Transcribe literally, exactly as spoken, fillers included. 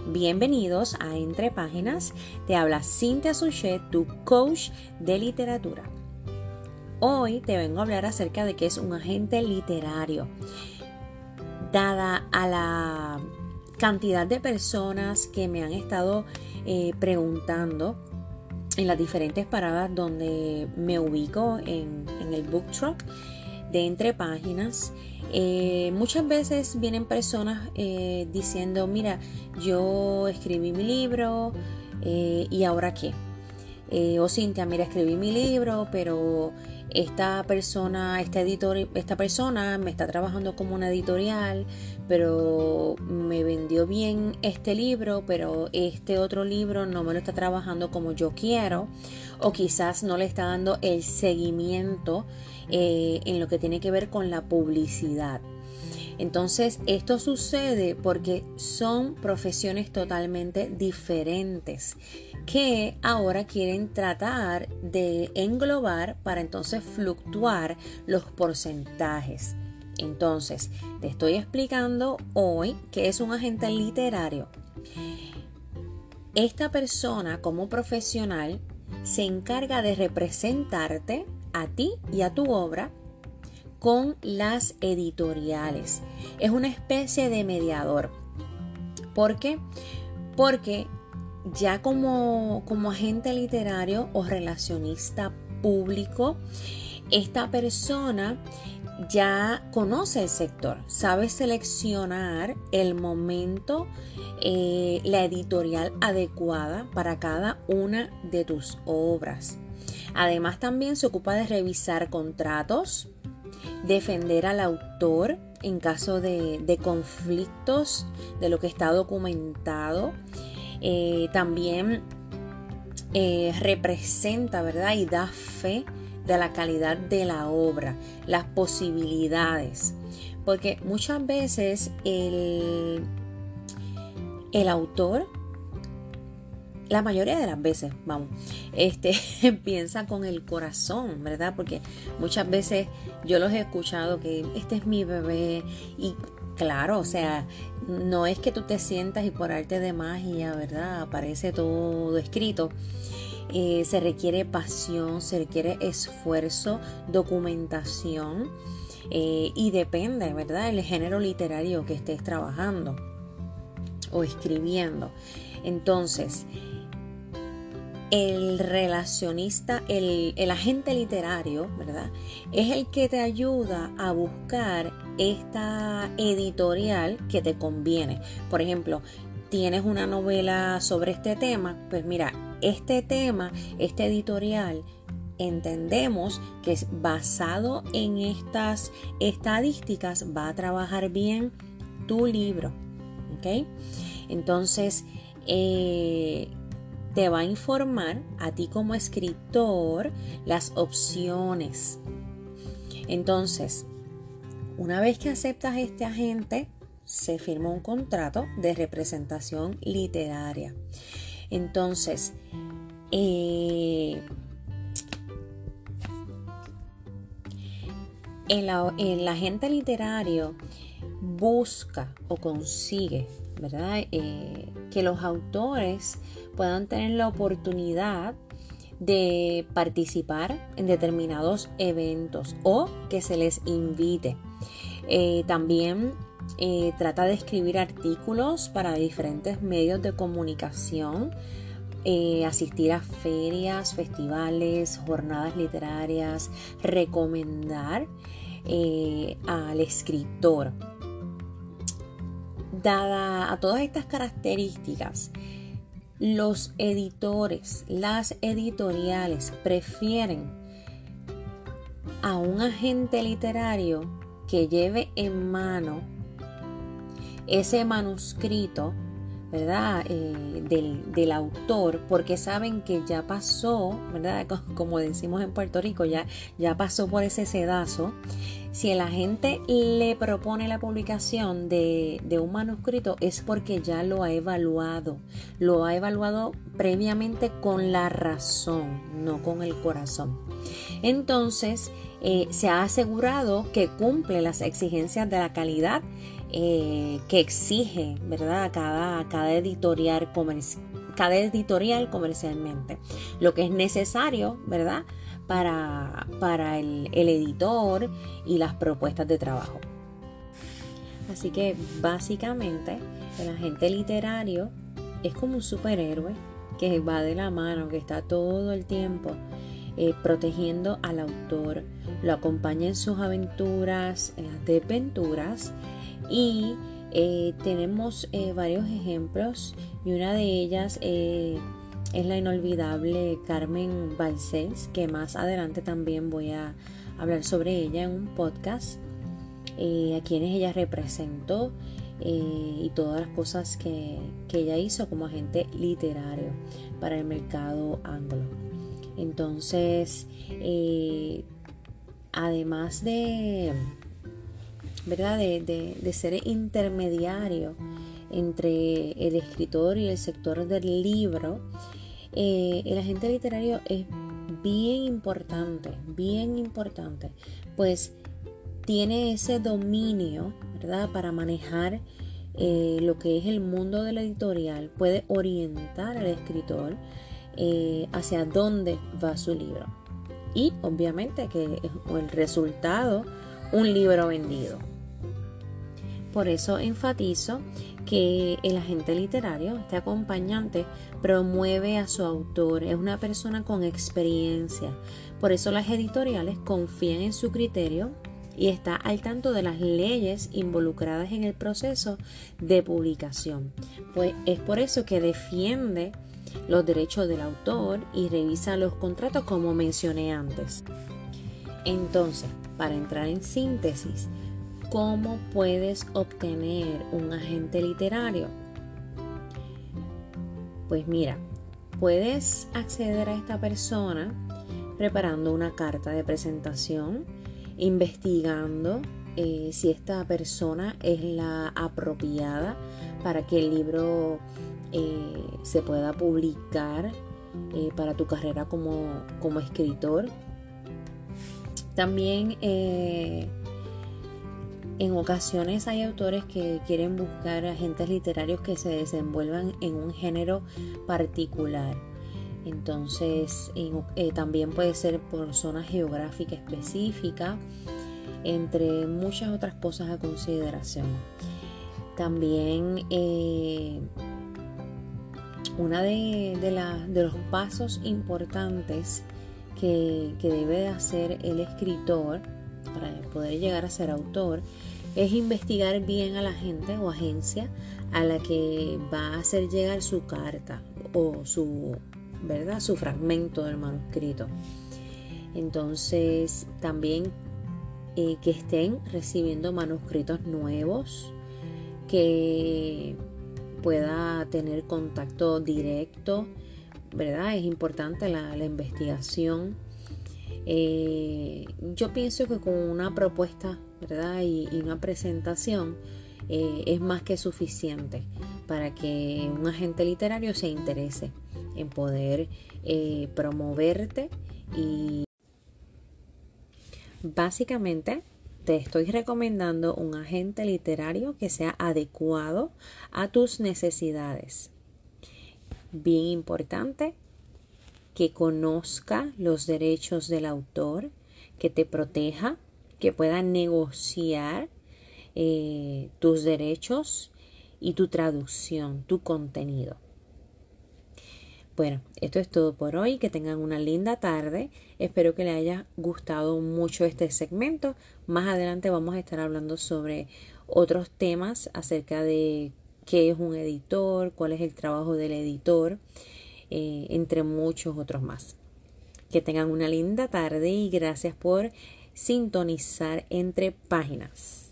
Bienvenidos a Entre Páginas. Te habla Cynthia Suchet, tu coach de literatura. Hoy te vengo a hablar acerca de qué es un agente literario. Dada a la cantidad de personas que me han estado eh, preguntando en las diferentes paradas donde me ubico en, en el book truck de Entre Páginas, eh, muchas veces vienen personas eh, diciendo, mira, yo escribí mi libro eh, y ahora qué. Eh, o Cynthia, mira, escribí mi libro, pero esta persona, esta editor, esta persona me está trabajando como una editorial, pero me vendió bien este libro, pero este otro libro no me lo está trabajando como yo quiero, o quizás no le está dando el seguimiento eh, en lo que tiene que ver con la publicidad. Entonces, esto sucede porque son profesiones totalmente diferentes que ahora quieren tratar de englobar para entonces fluctuar los porcentajes. Entonces, te estoy explicando hoy qué es un agente literario. Esta persona como profesional se encarga de representarte a ti y a tu obra con las editoriales. Es una especie de mediador. ¿Por qué? Porque ya como, como agente literario o relacionista público, esta persona ya conoce el sector, sabe seleccionar el momento, eh, la editorial adecuada para cada una de tus obras. Además, también se ocupa de revisar contratos, defender al autor en caso de, de conflictos de lo que está documentado. Eh, también eh, representa, ¿verdad? Y da fe de la calidad de la obra, las posibilidades. Porque muchas veces el, el autor, la mayoría de las veces, vamos, este, piensa con el corazón, ¿verdad? Porque muchas veces yo los he escuchado que este es mi bebé y claro, o sea, no es que tú te sientas y por arte de magia, ¿verdad? Aparece todo escrito. Eh, se requiere pasión, se requiere esfuerzo, documentación eh, y depende, ¿verdad? El género literario que estés trabajando o escribiendo. Entonces, el relacionista, el, el agente literario, ¿verdad? Es el que te ayuda a buscar esta editorial que te conviene. Por ejemplo, tienes una novela sobre este tema, pues mira, este tema, este editorial, entendemos que es basado en estas estadísticas, va a trabajar bien tu libro, ¿ok? Entonces, eh, te va a informar a ti como escritor las opciones. Entonces, una vez que aceptas este agente, se firma un contrato de representación literaria. Entonces, eh, el, el agente literario busca o consigue, ¿verdad? Eh, que los autores puedan tener la oportunidad de participar en determinados eventos o que se les invite. Eh, también eh, trata de escribir artículos para diferentes medios de comunicación, eh, asistir a ferias, festivales, jornadas literarias, recomendar eh, al escritor. Dada a todas estas características, los editores, las editoriales prefieren a un agente literario que lleve en mano ese manuscrito, ¿verdad? Eh, del, del autor, porque saben que ya pasó, ¿verdad? Como decimos en Puerto Rico, ya, ya pasó por ese sedazo. Si el agente le propone la publicación de, de un manuscrito es porque ya lo ha evaluado, lo ha evaluado previamente con la razón, no con el corazón. Entonces, eh, se ha asegurado que cumple las exigencias de la calidad eh, que exige, ¿verdad? Cada, cada, editorial comerci- cada editorial comercialmente. Lo que es necesario, ¿verdad? Para, para el, el editor y las propuestas de trabajo. Así que básicamente el agente literario es como un superhéroe que va de la mano, que está todo el tiempo eh, protegiendo al autor, lo acompaña en sus aventuras, en las desventuras, y eh, tenemos eh, varios ejemplos, y una de ellas eh, es la inolvidable Carmen Balcells, que más adelante también voy a hablar sobre ella en un podcast, eh, a quienes ella representó eh, y todas las cosas que, que ella hizo como agente literario para el mercado anglo. Entonces, eh, además de, ¿verdad? De, de, de ser intermediario entre el escritor y el sector del libro, eh, el agente literario es bien importante, bien importante, pues tiene ese dominio, ¿verdad? Para manejar eh, lo que es el mundo de la editorial, puede orientar al escritor eh, hacia dónde va su libro. Y obviamente que es el resultado, un libro vendido. Por eso enfatizo que el agente literario, este acompañante, promueve a su autor, es una persona con experiencia. Por eso las editoriales confían en su criterio y está al tanto de las leyes involucradas en el proceso de publicación. Pues es por eso que defiende los derechos del autor y revisa los contratos, como mencioné antes. Entonces, para entrar en síntesis, ¿cómo puedes obtener un agente literario? Pues mira, puedes acceder a esta persona preparando una carta de presentación, investigando eh, si esta persona es la apropiada para que el libro eh, se pueda publicar eh, para tu carrera como, como escritor. También eh, en ocasiones hay autores que quieren buscar agentes literarios que se desenvuelvan en un género particular. Entonces eh, también puede ser por zona geográfica específica, entre muchas otras cosas a consideración. También eh, una de, de, la, de los pasos importantes que, que debe de hacer el escritor para poder llegar a ser autor es investigar bien a la gente o agencia a la que va a hacer llegar su carta o su, ¿verdad? Su fragmento del manuscrito. Entonces también eh, que estén recibiendo manuscritos nuevos, que pueda tener contacto directo, ¿verdad? Es importante la, la investigación. Eh, yo pienso que con una propuesta, ¿verdad? y, y una presentación eh, es más que suficiente para que un agente literario se interese en poder eh, promoverte. Y básicamente te estoy recomendando un agente literario que sea adecuado a tus necesidades. Bien importante, que conozca los derechos del autor, que te proteja, que pueda negociar eh, tus derechos y tu traducción, tu contenido. Bueno, esto es todo por hoy. Que tengan una linda tarde. Espero que les haya gustado mucho este segmento. Más adelante vamos a estar hablando sobre otros temas acerca de qué es un editor, cuál es el trabajo del editor, eh, entre muchos otros más. Que tengan una linda tarde y gracias por sintonizar Entre Páginas.